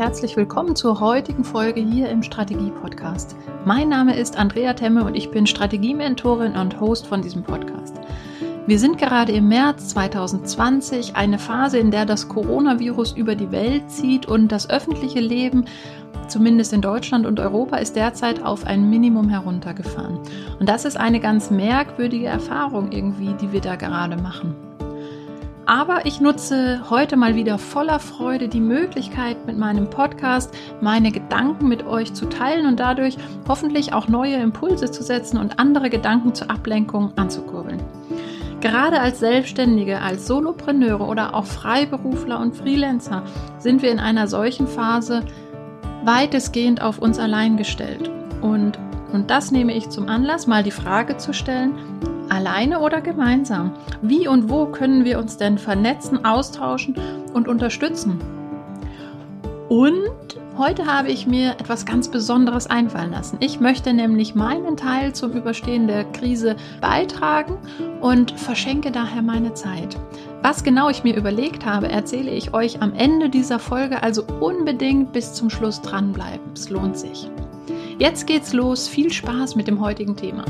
herzlich willkommen zur heutigen Folge hier im Strategie-Podcast. Mein Name ist Andrea Temme und ich bin Strategie-Mentorin und Host von diesem Podcast. Wir sind gerade im März 2020, eine Phase, in der das Coronavirus über die Welt zieht und das öffentliche Leben, zumindest in Deutschland und Europa, ist derzeit auf ein Minimum heruntergefahren. Und das ist eine ganz merkwürdige Erfahrung irgendwie, die wir da gerade machen. Aber ich nutze heute mal wieder voller Freude die Möglichkeit, mit meinem Podcast meine Gedanken mit euch zu teilen und dadurch hoffentlich auch neue Impulse zu setzen und andere Gedanken zur Ablenkung anzukurbeln. Gerade als Selbstständige, als Solopreneure oder auch Freiberufler und Freelancer sind wir in einer solchen Phase weitestgehend auf uns allein gestellt. Und das nehme ich zum Anlass, mal die Frage zu stellen: Alleine oder gemeinsam? Wie und wo können wir uns denn vernetzen, austauschen und unterstützen? Und heute habe ich mir etwas ganz Besonderes einfallen lassen. Ich möchte nämlich meinen Teil zum Überstehen der Krise beitragen und verschenke daher meine Zeit. Was genau ich mir überlegt habe, erzähle ich euch am Ende dieser Folge, also unbedingt bis zum Schluss dranbleiben. Es lohnt sich. Jetzt geht's los. Viel Spaß mit dem heutigen Thema.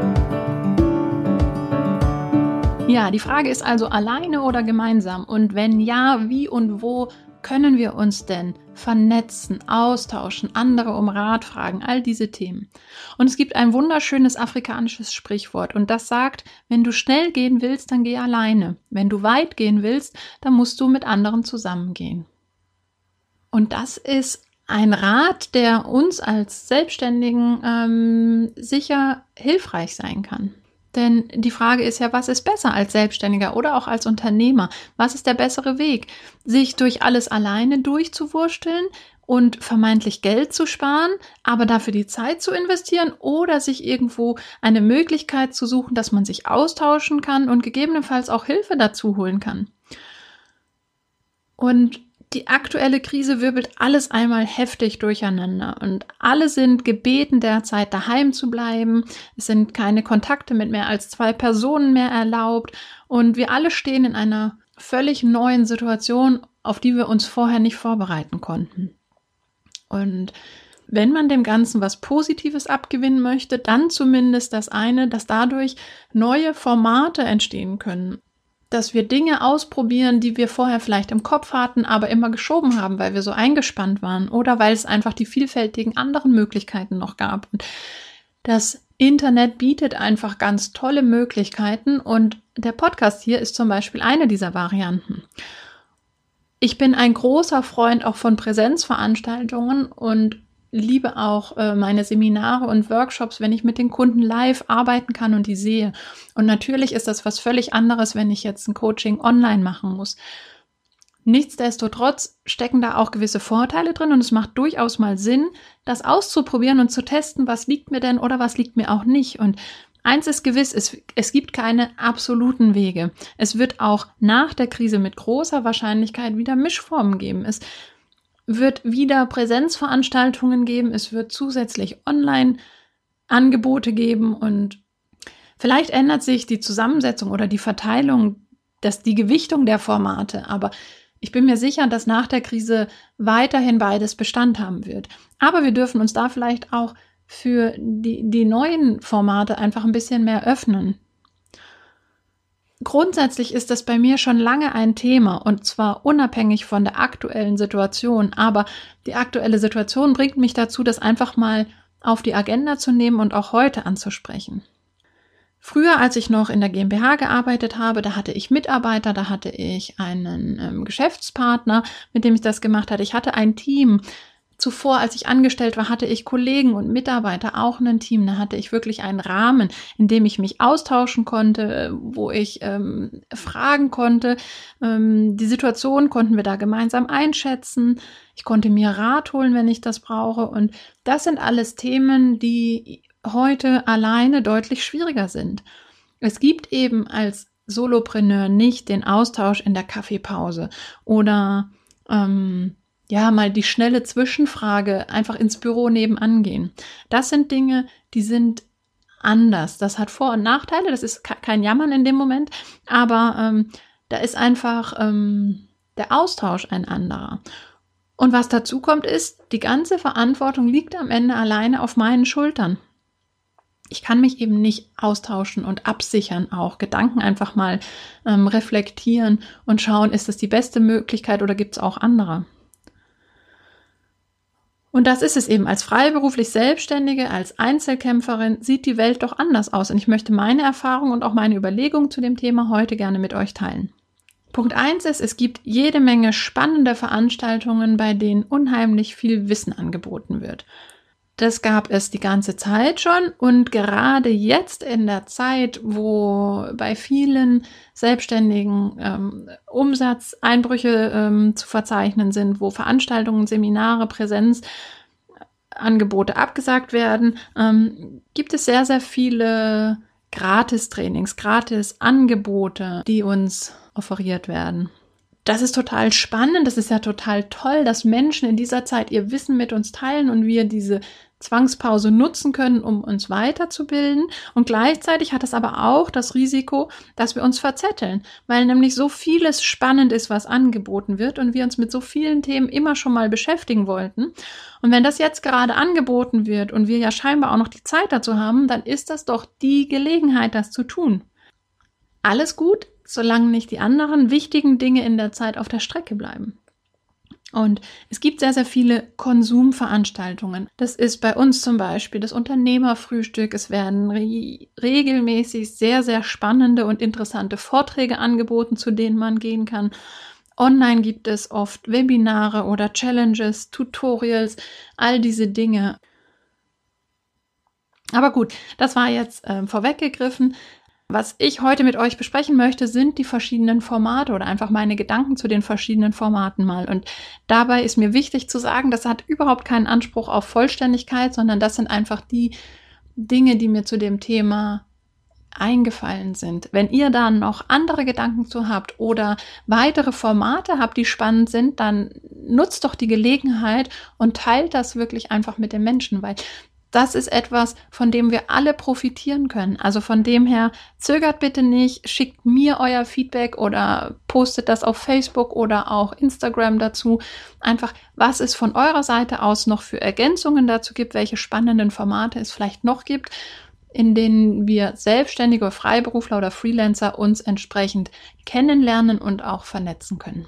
Ja, die Frage ist also alleine oder gemeinsam? Und wenn ja, wie und wo können wir uns denn vernetzen, austauschen, andere um Rat fragen, all diese Themen. Und es gibt ein wunderschönes afrikanisches Sprichwort und das sagt: Wenn du schnell gehen willst, dann geh alleine. Wenn du weit gehen willst, dann musst du mit anderen zusammengehen. Und das ist ein Rat, der uns als Selbstständigen sicher hilfreich sein kann. Denn die Frage ist ja, was ist besser als Selbstständiger oder auch als Unternehmer? Was ist der bessere Weg? Sich durch alles alleine durchzuwursteln und vermeintlich Geld zu sparen, aber dafür die Zeit zu investieren oder sich irgendwo eine Möglichkeit zu suchen, dass man sich austauschen kann und gegebenenfalls auch Hilfe dazu holen kann. Und die aktuelle Krise wirbelt alles einmal heftig durcheinander und alle sind gebeten, derzeit daheim zu bleiben. Es sind keine Kontakte mit mehr als 2 Personen mehr erlaubt und wir alle stehen in einer völlig neuen Situation, auf die wir uns vorher nicht vorbereiten konnten. Und wenn man dem Ganzen was Positives abgewinnen möchte, dann zumindest das eine, dass dadurch neue Formate entstehen können. Dass wir Dinge ausprobieren, die wir vorher vielleicht im Kopf hatten, aber immer geschoben haben, weil wir so eingespannt waren oder weil es einfach die vielfältigen anderen Möglichkeiten noch gab. Und das Internet bietet einfach ganz tolle Möglichkeiten und der Podcast hier ist zum Beispiel eine dieser Varianten. Ich bin ein großer Freund auch von Präsenzveranstaltungen und liebe auch meine Seminare und Workshops, wenn ich mit den Kunden live arbeiten kann und die sehe. Und natürlich ist das was völlig anderes, wenn ich jetzt ein Coaching online machen muss. Nichtsdestotrotz stecken da auch gewisse Vorteile drin und es macht durchaus mal Sinn, das auszuprobieren und zu testen, was liegt mir denn oder was liegt mir auch nicht. Und eins ist gewiss, es gibt keine absoluten Wege. Es wird auch nach der Krise mit großer Wahrscheinlichkeit wieder Mischformen geben. Es wird wieder Präsenzveranstaltungen geben, es wird zusätzlich Online-Angebote geben und vielleicht ändert sich die Zusammensetzung oder die Verteilung, die Gewichtung der Formate, aber ich bin mir sicher, dass nach der Krise weiterhin beides Bestand haben wird. Aber wir dürfen uns da vielleicht auch für die neuen Formate einfach ein bisschen mehr öffnen. Grundsätzlich ist das bei mir schon lange ein Thema und zwar unabhängig von der aktuellen Situation, aber die aktuelle Situation bringt mich dazu, das einfach mal auf die Agenda zu nehmen und auch heute anzusprechen. Früher, als ich noch in der GmbH gearbeitet habe, da hatte ich Mitarbeiter, da hatte ich einen Geschäftspartner, mit dem ich das gemacht hatte. Ich hatte ein Team. Zuvor, als ich angestellt war, hatte ich Kollegen und Mitarbeiter, auch ein Team. Da hatte ich wirklich einen Rahmen, in dem ich mich austauschen konnte, wo ich fragen konnte. Die Situation konnten wir da gemeinsam einschätzen. Ich konnte mir Rat holen, wenn ich das brauche. Und das sind alles Themen, die heute alleine deutlich schwieriger sind. Es gibt eben als Solopreneur nicht den Austausch in der Kaffeepause oder mal die schnelle Zwischenfrage, einfach ins Büro nebenan gehen. Das sind Dinge, die sind anders. Das hat Vor- und Nachteile, das ist kein Jammern in dem Moment, aber da ist einfach der Austausch ein anderer. Und was dazu kommt ist, die ganze Verantwortung liegt am Ende alleine auf meinen Schultern. Ich kann mich eben nicht austauschen und absichern, auch Gedanken einfach mal reflektieren und schauen, ist das die beste Möglichkeit oder gibt es auch andere? Und das ist es eben. Als freiberuflich Selbstständige, als Einzelkämpferin sieht die Welt doch anders aus. Und ich möchte meine Erfahrung und auch meine Überlegungen zu dem Thema heute gerne mit euch teilen. Punkt 1 ist, es gibt jede Menge spannende Veranstaltungen, bei denen unheimlich viel Wissen angeboten wird. Das gab es die ganze Zeit schon und gerade jetzt in der Zeit, wo bei vielen Selbstständigen Umsatzeinbrüche zu verzeichnen sind, wo Veranstaltungen, Seminare, Präsenzangebote abgesagt werden, gibt es sehr, sehr viele Gratis-Trainings, Gratis-Angebote, die uns offeriert werden. Das ist total spannend, das ist ja total toll, dass Menschen in dieser Zeit ihr Wissen mit uns teilen und wir diese Zwangspause nutzen können, um uns weiterzubilden. Und gleichzeitig hat es aber auch das Risiko, dass wir uns verzetteln, weil nämlich so vieles spannend ist, was angeboten wird und wir uns mit so vielen Themen immer schon mal beschäftigen wollten. Und wenn das jetzt gerade angeboten wird und wir ja scheinbar auch noch die Zeit dazu haben, dann ist das doch die Gelegenheit, das zu tun. Alles gut, solange nicht die anderen wichtigen Dinge in der Zeit auf der Strecke bleiben. Und es gibt sehr, sehr viele Konsumveranstaltungen. Das ist bei uns zum Beispiel das Unternehmerfrühstück. Es werden regelmäßig sehr, sehr spannende und interessante Vorträge angeboten, zu denen man gehen kann. Online gibt es oft Webinare oder Challenges, Tutorials, all diese Dinge. Aber gut, das war jetzt vorweggegriffen. Was ich heute mit euch besprechen möchte, sind die verschiedenen Formate oder einfach meine Gedanken zu den verschiedenen Formaten mal. Und dabei ist mir wichtig zu sagen, das hat überhaupt keinen Anspruch auf Vollständigkeit, sondern das sind einfach die Dinge, die mir zu dem Thema eingefallen sind. Wenn ihr dann noch andere Gedanken zu habt oder weitere Formate habt, die spannend sind, dann nutzt doch die Gelegenheit und teilt das wirklich einfach mit den Menschen, weil das ist etwas, von dem wir alle profitieren können. Also von dem her, zögert bitte nicht, schickt mir euer Feedback oder postet das auf Facebook oder auch Instagram dazu. Einfach, was es von eurer Seite aus noch für Ergänzungen dazu gibt, welche spannenden Formate es vielleicht noch gibt, in denen wir Selbstständige, Freiberufler oder Freelancer uns entsprechend kennenlernen und auch vernetzen können.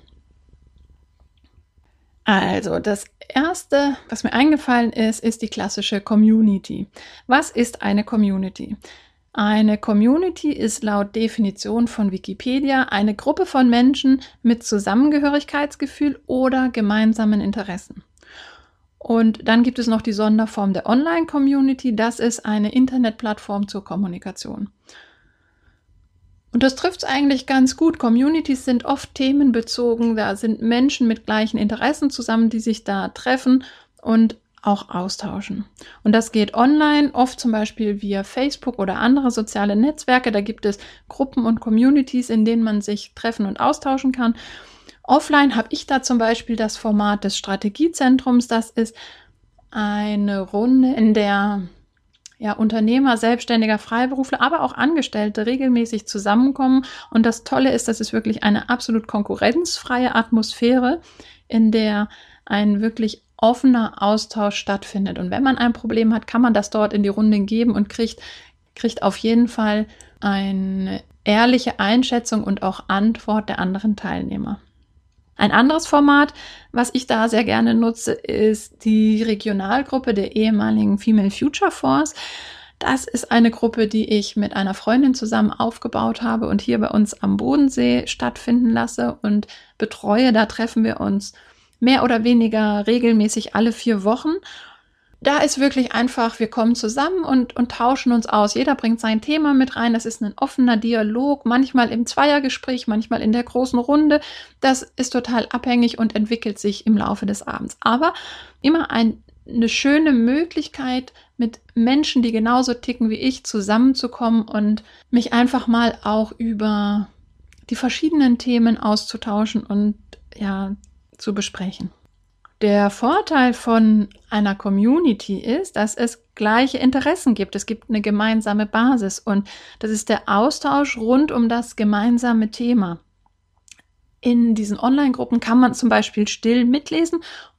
Also, das Erste, was mir eingefallen ist die klassische Community. Was ist eine Community? Eine Community ist laut Definition von Wikipedia eine Gruppe von Menschen mit Zusammengehörigkeitsgefühl oder gemeinsamen Interessen. Und dann gibt es noch die Sonderform der Online-Community. Das ist eine Internetplattform zur Kommunikation. Und das trifft es eigentlich ganz gut. Communities sind oft themenbezogen. Da sind Menschen mit gleichen Interessen zusammen, die sich da treffen und auch austauschen. Und das geht online, oft zum Beispiel via Facebook oder andere soziale Netzwerke. Da gibt es Gruppen und Communities, in denen man sich treffen und austauschen kann. Offline habe ich da zum Beispiel das Format des Strategiezentrums. Das ist eine Runde, in der Unternehmer, Selbstständiger, Freiberufler, aber auch Angestellte regelmäßig zusammenkommen. Und das Tolle ist, das ist wirklich eine absolut konkurrenzfreie Atmosphäre, in der ein wirklich offener Austausch stattfindet. Und wenn man ein Problem hat, kann man das dort in die Runde geben und kriegt auf jeden Fall eine ehrliche Einschätzung und auch Antwort der anderen Teilnehmer. Ein anderes Format, was ich da sehr gerne nutze, ist die Regionalgruppe der ehemaligen Female Future Force. Das ist eine Gruppe, die ich mit einer Freundin zusammen aufgebaut habe und hier bei uns am Bodensee stattfinden lasse und betreue. Da treffen wir uns mehr oder weniger regelmäßig alle 4 Wochen. Da ist wirklich einfach, wir kommen zusammen und tauschen uns aus. Jeder bringt sein Thema mit rein. Das ist ein offener Dialog, manchmal im Zweiergespräch, manchmal in der großen Runde. Das ist total abhängig und entwickelt sich im Laufe des Abends. Aber immer eine schöne Möglichkeit, mit Menschen, die genauso ticken wie ich, zusammenzukommen und mich einfach mal auch über die verschiedenen Themen auszutauschen und zu besprechen. Der Vorteil von einer Community ist, dass es gleiche Interessen gibt. Es gibt eine gemeinsame Basis und das ist der Austausch rund um das gemeinsame Thema. In diesen Online-Gruppen kann man zum Beispiel still mitlesen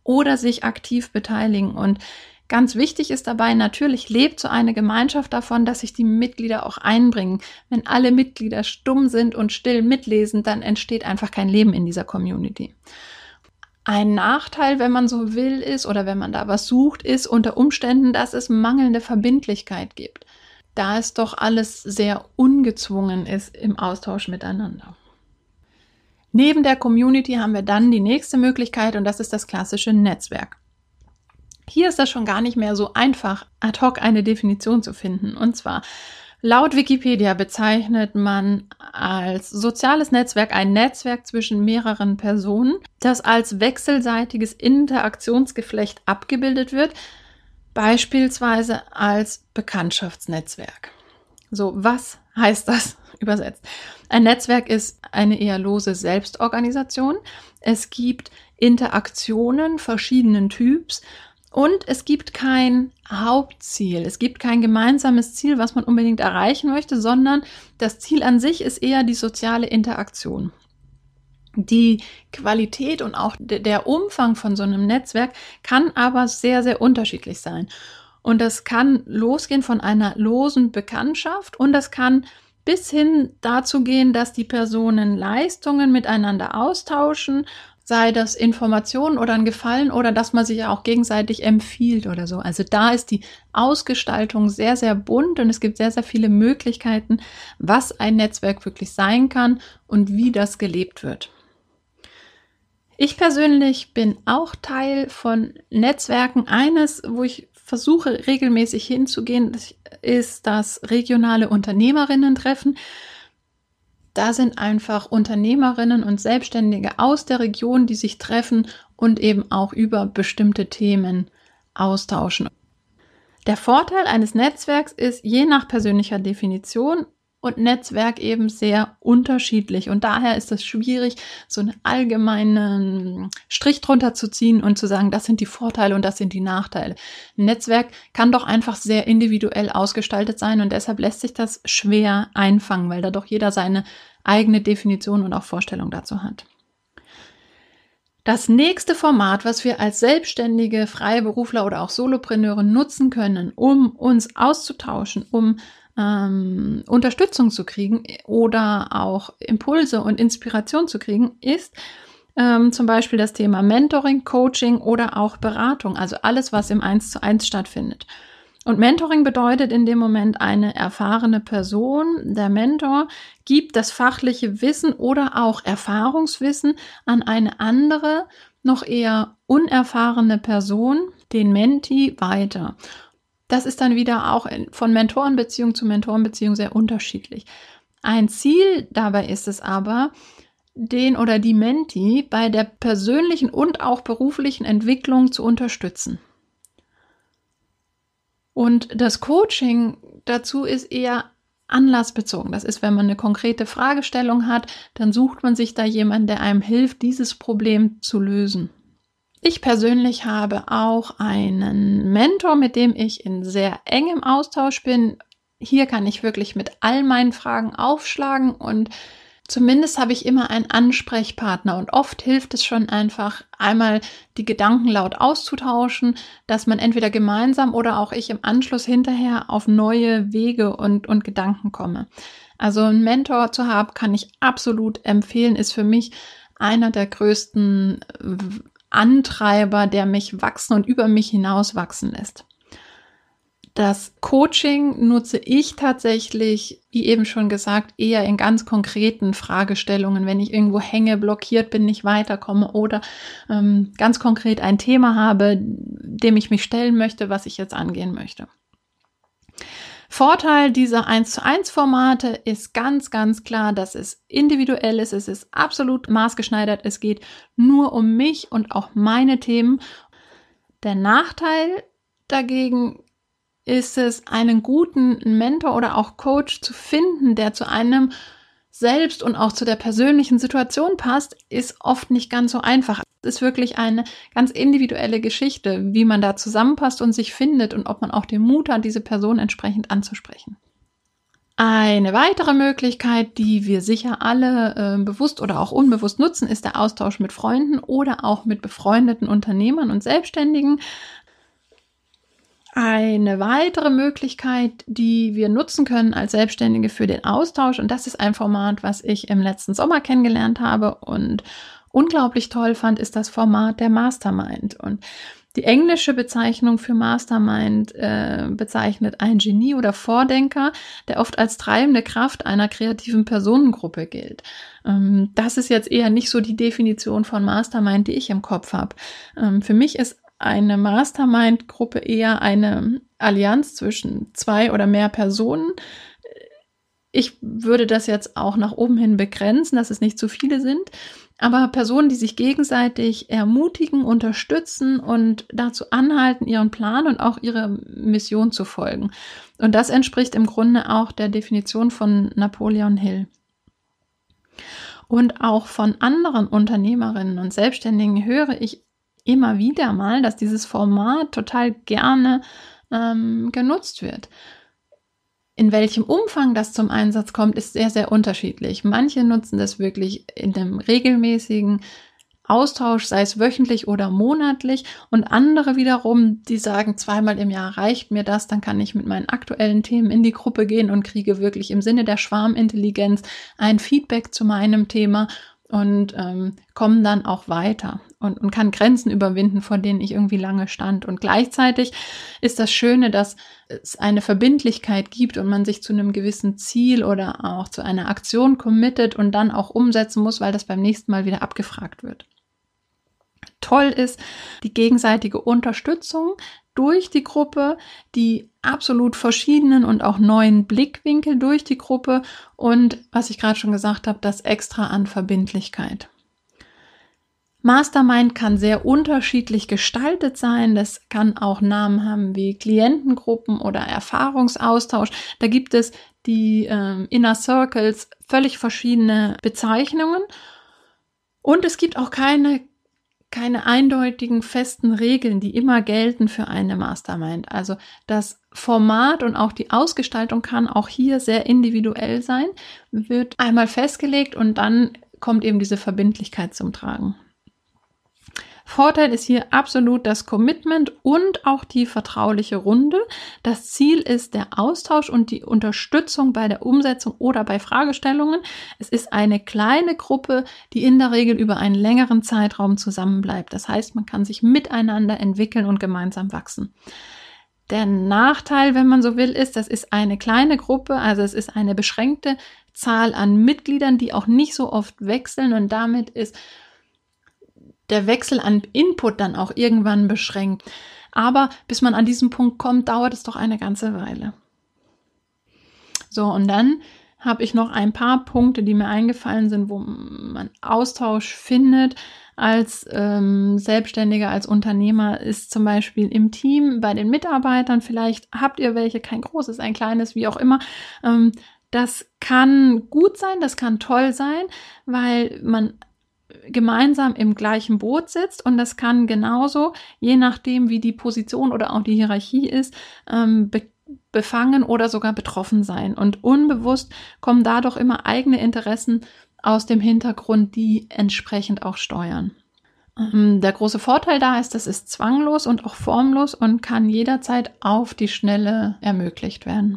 oder sich aktiv beteiligen. Und ganz wichtig ist dabei, natürlich lebt so eine Gemeinschaft davon, dass sich die Mitglieder auch einbringen. Wenn alle Mitglieder stumm sind und still mitlesen, dann entsteht einfach kein Leben in dieser Community. Ein Nachteil, wenn man so will, ist oder wenn man da was sucht, ist unter Umständen, dass es mangelnde Verbindlichkeit gibt, da es doch alles sehr ungezwungen ist im Austausch miteinander. Neben der Community haben wir dann die nächste Möglichkeit und das ist das klassische Netzwerk. Hier ist das schon gar nicht mehr so einfach, ad hoc eine Definition zu finden. Und zwar, laut Wikipedia bezeichnet man als soziales Netzwerk ein Netzwerk zwischen mehreren Personen, das als wechselseitiges Interaktionsgeflecht abgebildet wird, beispielsweise als Bekanntschaftsnetzwerk. So, was heißt das übersetzt? Ein Netzwerk ist eine eher lose Selbstorganisation. Es gibt Interaktionen verschiedenen Typs. Und es gibt kein Hauptziel, es gibt kein gemeinsames Ziel, was man unbedingt erreichen möchte, sondern das Ziel an sich ist eher die soziale Interaktion. Die Qualität und auch der Umfang von so einem Netzwerk kann aber sehr, sehr unterschiedlich sein. Und das kann losgehen von einer losen Bekanntschaft und das kann bis hin dazu gehen, dass die Personen Leistungen miteinander austauschen, sei das Informationen oder ein Gefallen oder dass man sich ja auch gegenseitig empfiehlt oder so. Also da ist die Ausgestaltung sehr, sehr bunt und es gibt sehr, sehr viele Möglichkeiten, was ein Netzwerk wirklich sein kann und wie das gelebt wird. Ich persönlich bin auch Teil von Netzwerken. Eines, wo ich versuche regelmäßig hinzugehen, ist das regionale Unternehmerinnen-Treffen. Da sind einfach Unternehmerinnen und Selbstständige aus der Region, die sich treffen und eben auch über bestimmte Themen austauschen. Der Vorteil eines Netzwerks ist, je nach persönlicher Definition und Netzwerk eben sehr unterschiedlich. Und daher ist es schwierig, so einen allgemeinen Strich drunter zu ziehen und zu sagen, das sind die Vorteile und das sind die Nachteile. Ein Netzwerk kann doch einfach sehr individuell ausgestaltet sein und deshalb lässt sich das schwer einfangen, weil da doch jeder seine eigene Definition und auch Vorstellung dazu hat. Das nächste Format, was wir als selbstständige Freiberufler oder auch Solopreneure nutzen können, um uns auszutauschen, um Unterstützung zu kriegen oder auch Impulse und Inspiration zu kriegen, ist zum Beispiel das Thema Mentoring, Coaching oder auch Beratung, also alles, was im 1:1 stattfindet. Und Mentoring bedeutet in dem Moment eine erfahrene Person, der Mentor, gibt das fachliche Wissen oder auch Erfahrungswissen an eine andere, noch eher unerfahrene Person, den Mentee, weiter. Das ist dann wieder auch von Mentorenbeziehung zu Mentorenbeziehung sehr unterschiedlich. Ein Ziel dabei ist es aber, den oder die Mentee bei der persönlichen und auch beruflichen Entwicklung zu unterstützen. Und das Coaching dazu ist eher anlassbezogen. Das ist, wenn man eine konkrete Fragestellung hat, dann sucht man sich da jemanden, der einem hilft, dieses Problem zu lösen. Ich persönlich habe auch einen Mentor, mit dem ich in sehr engem Austausch bin. Hier kann ich wirklich mit all meinen Fragen aufschlagen und zumindest habe ich immer einen Ansprechpartner und oft hilft es schon einfach, einmal die Gedanken laut auszutauschen, dass man entweder gemeinsam oder auch ich im Anschluss hinterher auf neue Wege und Gedanken komme. Also einen Mentor zu haben, kann ich absolut empfehlen, ist für mich einer der größten Antreiber, der mich wachsen und über mich hinaus wachsen lässt. Das Coaching nutze ich tatsächlich, wie eben schon gesagt, eher in ganz konkreten Fragestellungen, wenn ich irgendwo hänge, blockiert bin, nicht weiterkomme oder ganz konkret ein Thema habe, dem ich mich stellen möchte, was ich jetzt angehen möchte. Vorteil dieser 1:1 Formate ist ganz, ganz klar, dass es individuell ist, es ist absolut maßgeschneidert, es geht nur um mich und auch meine Themen. Der Nachteil dagegen ist es, einen guten Mentor oder auch Coach zu finden, der zu einem selbst und auch zu der persönlichen Situation passt, ist oft nicht ganz so einfach. Es ist wirklich eine ganz individuelle Geschichte, wie man da zusammenpasst und sich findet und ob man auch den Mut hat, diese Person entsprechend anzusprechen. Eine weitere Möglichkeit, die wir sicher alle bewusst oder auch unbewusst nutzen, ist der Austausch mit Freunden oder auch mit befreundeten Unternehmern und Selbstständigen. Eine weitere Möglichkeit, die wir nutzen können als Selbstständige für den Austausch, und das ist ein Format, was ich im letzten Sommer kennengelernt habe und unglaublich toll fand, ist das Format der Mastermind. Und die englische Bezeichnung für Mastermind bezeichnet ein Genie oder Vordenker, der oft als treibende Kraft einer kreativen Personengruppe gilt. Das ist jetzt eher nicht so die Definition von Mastermind, die ich im Kopf habe. Für mich ist eine Mastermind-Gruppe eher eine Allianz zwischen 2 oder mehr Personen. Ich würde das jetzt auch nach oben hin begrenzen, dass es nicht zu viele sind, aber Personen, die sich gegenseitig ermutigen, unterstützen und dazu anhalten, ihren Plan und auch ihre Mission zu folgen. Und das entspricht im Grunde auch der Definition von Napoleon Hill. Und auch von anderen Unternehmerinnen und Selbstständigen höre ich immer wieder mal, dass dieses Format total gerne genutzt wird. In welchem Umfang das zum Einsatz kommt, ist sehr, sehr unterschiedlich. Manche nutzen das wirklich in einem regelmäßigen Austausch, sei es wöchentlich oder monatlich, und andere wiederum, die sagen, 2-mal im Jahr reicht mir das, dann kann ich mit meinen aktuellen Themen in die Gruppe gehen und kriege wirklich im Sinne der Schwarmintelligenz ein Feedback zu meinem Thema und kommen dann auch weiter und kann Grenzen überwinden, vor denen ich irgendwie lange stand. Und gleichzeitig ist das Schöne, dass es eine Verbindlichkeit gibt und man sich zu einem gewissen Ziel oder auch zu einer Aktion committet und dann auch umsetzen muss, weil das beim nächsten Mal wieder abgefragt wird. Toll ist die gegenseitige Unterstützung durch die Gruppe, die absolut verschiedenen und auch neuen Blickwinkel durch die Gruppe und, was ich gerade schon gesagt habe, das Extra an Verbindlichkeit. Mastermind kann sehr unterschiedlich gestaltet sein. Das kann auch Namen haben wie Klientengruppen oder Erfahrungsaustausch. Da gibt es die Inner Circles, völlig verschiedene Bezeichnungen. Und es gibt auch keine eindeutigen festen Regeln, die immer gelten für eine Mastermind. Also das Format und auch die Ausgestaltung kann auch hier sehr individuell sein, wird einmal festgelegt und dann kommt eben diese Verbindlichkeit zum Tragen. Vorteil ist hier absolut das Commitment und auch die vertrauliche Runde. Das Ziel ist der Austausch und die Unterstützung bei der Umsetzung oder bei Fragestellungen. Es ist eine kleine Gruppe, die in der Regel über einen längeren Zeitraum zusammenbleibt. Das heißt, man kann sich miteinander entwickeln und gemeinsam wachsen. Der Nachteil, wenn man so will, ist, das ist eine kleine Gruppe, also es ist eine beschränkte Zahl an Mitgliedern, die auch nicht so oft wechseln, und damit ist der Wechsel an Input dann auch irgendwann beschränkt. Aber bis man an diesen Punkt kommt, dauert es doch eine ganze Weile. So, und dann habe ich noch ein paar Punkte, die mir eingefallen sind, wo man Austausch findet als Selbstständiger, als Unternehmer, ist zum Beispiel im Team, bei den Mitarbeitern. Vielleicht habt ihr welche, kein großes, ein kleines, wie auch immer. Das kann gut sein, das kann toll sein, weil man gemeinsam im gleichen Boot sitzt, und das kann genauso, je nachdem wie die Position oder auch die Hierarchie ist, befangen oder sogar betroffen sein. Und unbewusst kommen dadurch immer eigene Interessen aus dem Hintergrund, die entsprechend auch steuern. Der große Vorteil da ist, das ist zwanglos und auch formlos und kann jederzeit auf die Schnelle ermöglicht werden.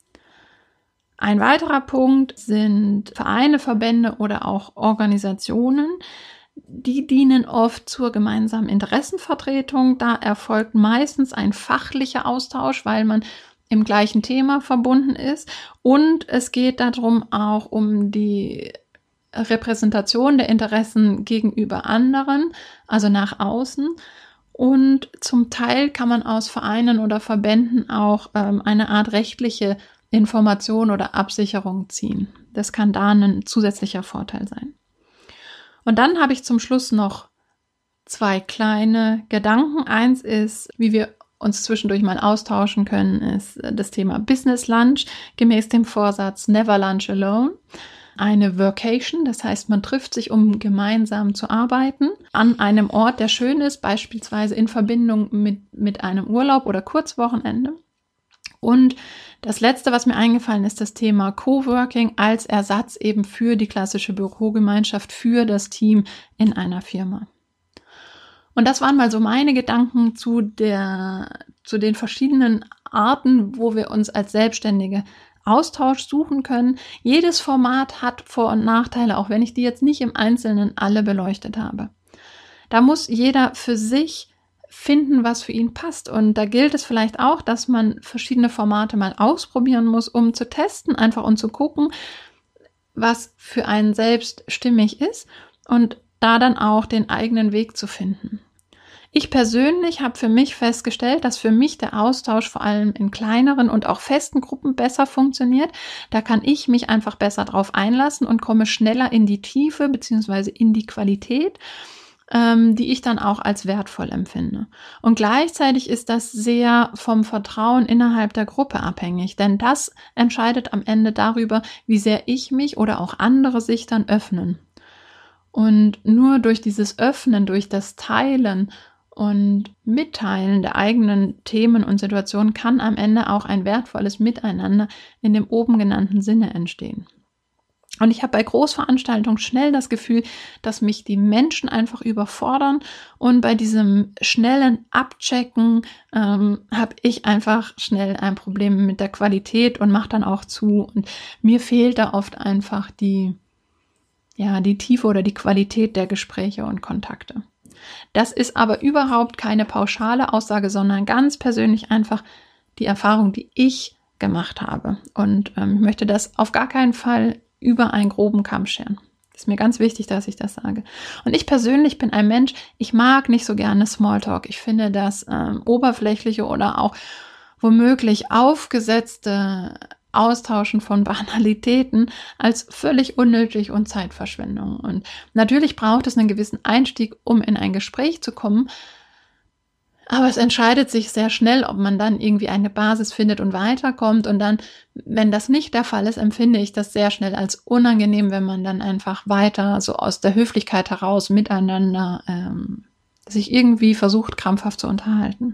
Ein weiterer Punkt sind Vereine, Verbände oder auch Organisationen. Die dienen oft zur gemeinsamen Interessenvertretung. Da erfolgt meistens ein fachlicher Austausch, weil man im gleichen Thema verbunden ist. Und es geht darum auch um die Repräsentation der Interessen gegenüber anderen, also nach außen. Und zum Teil kann man aus Vereinen oder Verbänden auch eine Art rechtliche Information oder Absicherung ziehen. Das kann da ein zusätzlicher Vorteil sein. Und dann habe ich zum Schluss noch 2 kleine Gedanken. Eins ist, wie wir uns zwischendurch mal austauschen können, ist das Thema Business Lunch, gemäß dem Vorsatz Never Lunch Alone. Eine Workation, das heißt, man trifft sich, um gemeinsam zu arbeiten, an einem Ort, der schön ist, beispielsweise in Verbindung mit einem Urlaub oder Kurzwochenende. Und Das Letzte, was mir eingefallen ist, das Thema Coworking als Ersatz eben für die klassische Bürogemeinschaft, für das Team in einer Firma. Und das waren mal so meine Gedanken zu den verschiedenen Arten, wo wir uns als Selbstständige Austausch suchen können. Jedes Format hat Vor- und Nachteile, auch wenn ich die jetzt nicht im Einzelnen alle beleuchtet habe. Da muss jeder für sich finden, was für ihn passt. Und da gilt es vielleicht auch, dass man verschiedene Formate mal ausprobieren muss, um zu testen, einfach und zu gucken, was für einen selbst stimmig ist und da dann auch den eigenen Weg zu finden. Ich persönlich habe für mich festgestellt, dass für mich der Austausch vor allem in kleineren und auch festen Gruppen besser funktioniert. Da kann ich mich einfach besser drauf einlassen und komme schneller in die Tiefe bzw. in die Qualität, die ich dann auch als wertvoll empfinde. Und gleichzeitig ist das sehr vom Vertrauen innerhalb der Gruppe abhängig, denn das entscheidet am Ende darüber, wie sehr ich mich oder auch andere sich dann öffnen. Und nur durch dieses Öffnen, durch das Teilen und Mitteilen der eigenen Themen und Situationen kann am Ende auch ein wertvolles Miteinander in dem oben genannten Sinne entstehen. Und ich habe bei Großveranstaltungen schnell das Gefühl, dass mich die Menschen einfach überfordern. Und bei diesem schnellen Abchecken habe ich einfach schnell ein Problem mit der Qualität und mache dann auch zu. Und mir fehlt da oft einfach die Tiefe oder die Qualität der Gespräche und Kontakte. Das ist aber überhaupt keine pauschale Aussage, sondern ganz persönlich einfach die Erfahrung, die ich gemacht habe. Und ich möchte das auf gar keinen Fall über einen groben Kamm scheren. Ist mir ganz wichtig, dass ich das sage. Und ich persönlich bin ein Mensch, ich mag nicht so gerne Smalltalk. Ich finde das oberflächliche oder auch womöglich aufgesetzte Austauschen von Banalitäten als völlig unnötig und Zeitverschwendung. Und natürlich braucht es einen gewissen Einstieg, um in ein Gespräch zu kommen. Aber es entscheidet sich sehr schnell, ob man dann irgendwie eine Basis findet und weiterkommt. Und dann, wenn das nicht der Fall ist, empfinde ich das sehr schnell als unangenehm, wenn man dann einfach weiter so aus der Höflichkeit heraus miteinander sich irgendwie versucht, krampfhaft zu unterhalten.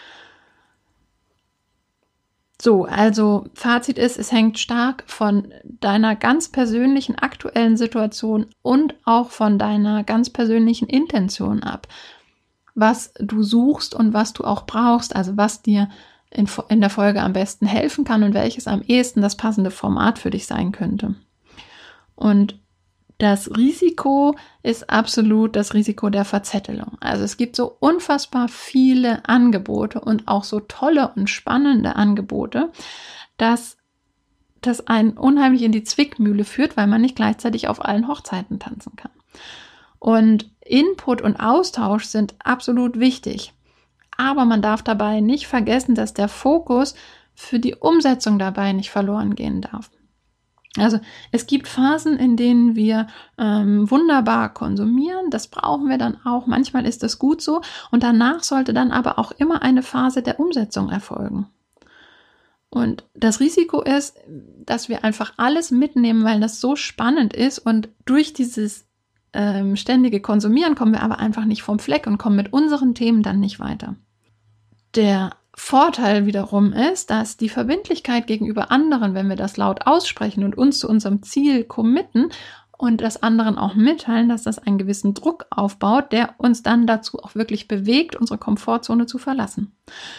So, also Fazit ist, es hängt stark von deiner ganz persönlichen aktuellen Situation und auch von deiner ganz persönlichen Intention ab, was du suchst und was du auch brauchst, also was dir in der Folge am besten helfen kann und welches am ehesten das passende Format für dich sein könnte. Und das Risiko ist absolut das Risiko der Verzettelung. Also es gibt so unfassbar viele Angebote und auch so tolle und spannende Angebote, dass das einen unheimlich in die Zwickmühle führt, weil man nicht gleichzeitig auf allen Hochzeiten tanzen kann. Und Input und Austausch sind absolut wichtig. Aber man darf dabei nicht vergessen, dass der Fokus für die Umsetzung dabei nicht verloren gehen darf. Also es gibt Phasen, in denen wir wunderbar konsumieren, das brauchen wir dann auch, manchmal ist das gut so und danach sollte dann aber auch immer eine Phase der Umsetzung erfolgen. Und das Risiko ist, dass wir einfach alles mitnehmen, weil das so spannend ist und durch dieses ständige Konsumieren kommen wir aber einfach nicht vom Fleck und kommen mit unseren Themen dann nicht weiter. Der Vorteil wiederum ist, dass die Verbindlichkeit gegenüber anderen, wenn wir das laut aussprechen und uns zu unserem Ziel committen und das anderen auch mitteilen, dass das einen gewissen Druck aufbaut, der uns dann dazu auch wirklich bewegt, unsere Komfortzone zu verlassen.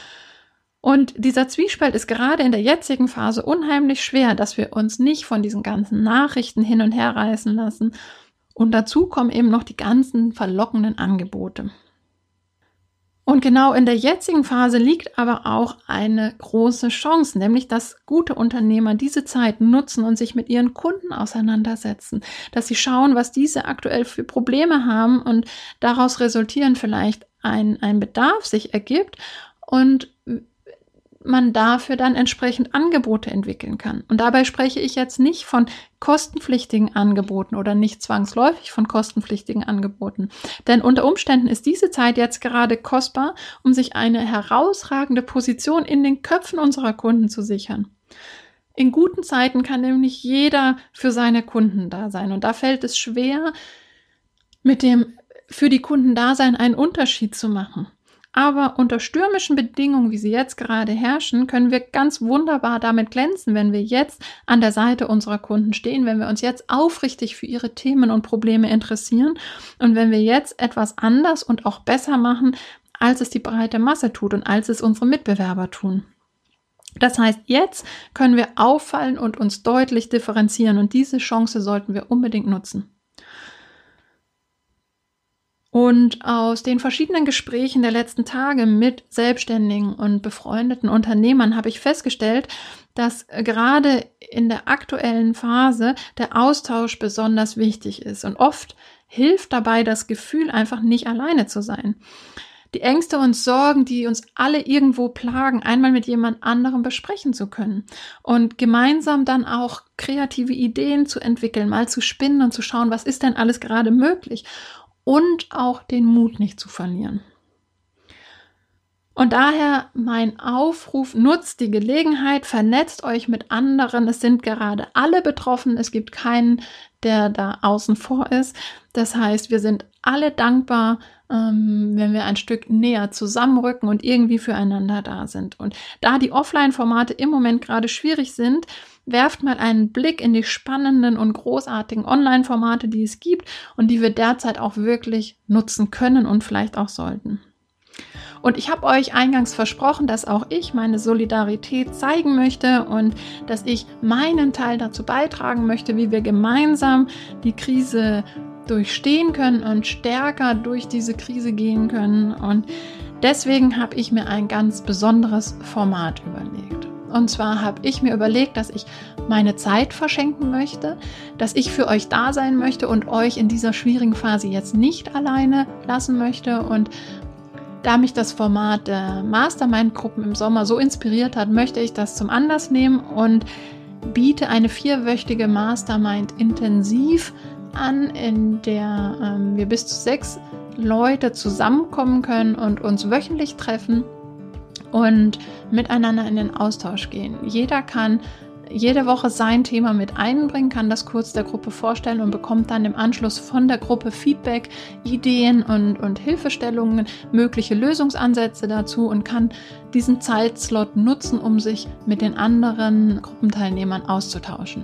Und dieser Zwiespalt ist gerade in der jetzigen Phase unheimlich schwer, dass wir uns nicht von diesen ganzen Nachrichten hin und her reißen lassen. Und dazu kommen eben noch die ganzen verlockenden Angebote. Und genau in der jetzigen Phase liegt aber auch eine große Chance, nämlich dass gute Unternehmer diese Zeit nutzen und sich mit ihren Kunden auseinandersetzen, dass sie schauen, was diese aktuell für Probleme haben und daraus resultieren vielleicht ein Bedarf sich ergibt und man dafür dann entsprechend Angebote entwickeln kann. Und dabei spreche ich jetzt nicht von kostenpflichtigen Angeboten oder nicht zwangsläufig von kostenpflichtigen Angeboten. Denn unter Umständen ist diese Zeit jetzt gerade kostbar, um sich eine herausragende Position in den Köpfen unserer Kunden zu sichern. In guten Zeiten kann nämlich jeder für seine Kunden da sein. Und da fällt es schwer, mit dem für die Kunden Dasein einen Unterschied zu machen. Aber unter stürmischen Bedingungen, wie sie jetzt gerade herrschen, können wir ganz wunderbar damit glänzen, wenn wir jetzt an der Seite unserer Kunden stehen, wenn wir uns jetzt aufrichtig für ihre Themen und Probleme interessieren und wenn wir jetzt etwas anders und auch besser machen, als es die breite Masse tut und als es unsere Mitbewerber tun. Das heißt, jetzt können wir auffallen und uns deutlich differenzieren und diese Chance sollten wir unbedingt nutzen. Und aus den verschiedenen Gesprächen der letzten Tage mit selbstständigen und befreundeten Unternehmern habe ich festgestellt, dass gerade in der aktuellen Phase der Austausch besonders wichtig ist. Und oft hilft dabei das Gefühl, einfach nicht alleine zu sein. Die Ängste und Sorgen, die uns alle irgendwo plagen, einmal mit jemand anderem besprechen zu können und gemeinsam dann auch kreative Ideen zu entwickeln, mal zu spinnen und zu schauen, was ist denn alles gerade möglich. Und auch den Mut nicht zu verlieren. Und daher mein Aufruf, nutzt die Gelegenheit, vernetzt euch mit anderen. Es sind gerade alle betroffen. Es gibt keinen, der da außen vor ist. Das heißt, wir sind alle dankbar, wenn wir ein Stück näher zusammenrücken und irgendwie füreinander da sind. Und da die Offline-Formate im Moment gerade schwierig sind, werft mal einen Blick in die spannenden und großartigen Online-Formate, die es gibt und die wir derzeit auch wirklich nutzen können und vielleicht auch sollten. Und ich habe euch eingangs versprochen, dass auch ich meine Solidarität zeigen möchte und dass ich meinen Teil dazu beitragen möchte, wie wir gemeinsam die Krise durchstehen können und stärker durch diese Krise gehen können. Und deswegen habe ich mir ein ganz besonderes Format überlegt. Und zwar habe ich mir überlegt, dass ich meine Zeit verschenken möchte, dass ich für euch da sein möchte und euch in dieser schwierigen Phase jetzt nicht alleine lassen möchte. Und da mich das Format der Mastermind-Gruppen im Sommer so inspiriert hat, möchte ich das zum Anlass nehmen und biete eine 4-wöchige Mastermind intensiv an, in der wir bis zu 6 Leute zusammenkommen können und uns wöchentlich treffen und miteinander in den Austausch gehen. Jeder kann jede Woche sein Thema mit einbringen, kann das kurz der Gruppe vorstellen und bekommt dann im Anschluss von der Gruppe Feedback, Ideen und Hilfestellungen, mögliche Lösungsansätze dazu und kann diesen Zeitslot nutzen, um sich mit den anderen Gruppenteilnehmern auszutauschen.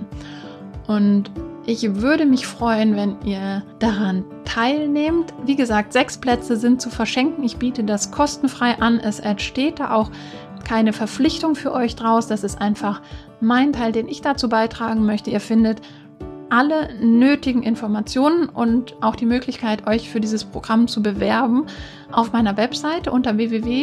Und ich würde mich freuen, wenn ihr daran teilnehmt. Wie gesagt, 6 Plätze sind zu verschenken. Ich biete das kostenfrei an. Es entsteht da auch keine Verpflichtung für euch draus. Das ist einfach mein Teil, den ich dazu beitragen möchte. Ihr findet alle nötigen Informationen und auch die Möglichkeit, euch für dieses Programm zu bewerben auf meiner Webseite unter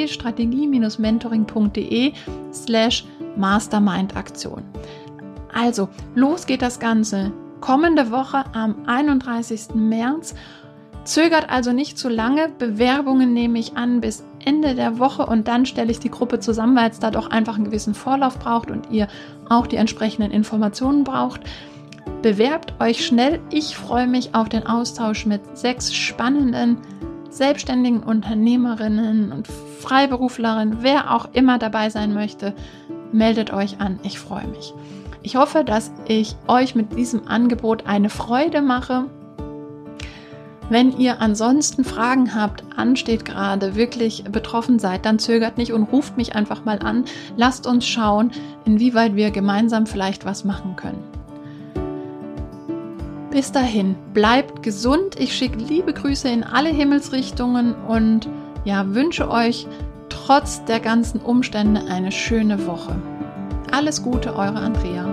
www.strategie-mentoring.de/Mastermind-Aktion. Also, los geht das Ganze kommende Woche am 31. März. Zögert also nicht zu lange. Bewerbungen nehme ich an bis Ende der Woche und dann stelle ich die Gruppe zusammen, weil es da doch einfach einen gewissen Vorlauf braucht und ihr auch die entsprechenden Informationen braucht. Bewerbt euch schnell. Ich freue mich auf den Austausch mit 6 spannenden, selbstständigen Unternehmerinnen und Freiberuflerinnen. Wer auch immer dabei sein möchte, meldet euch an. Ich freue mich. Ich hoffe, dass ich euch mit diesem Angebot eine Freude mache. Wenn ihr ansonsten Fragen habt, ansteht gerade, wirklich betroffen seid, dann zögert nicht und ruft mich einfach mal an. Lasst uns schauen, inwieweit wir gemeinsam vielleicht was machen können. Bis dahin, bleibt gesund. Ich schicke liebe Grüße in alle Himmelsrichtungen und wünsche euch trotz der ganzen Umstände eine schöne Woche. Alles Gute, eure Andrea.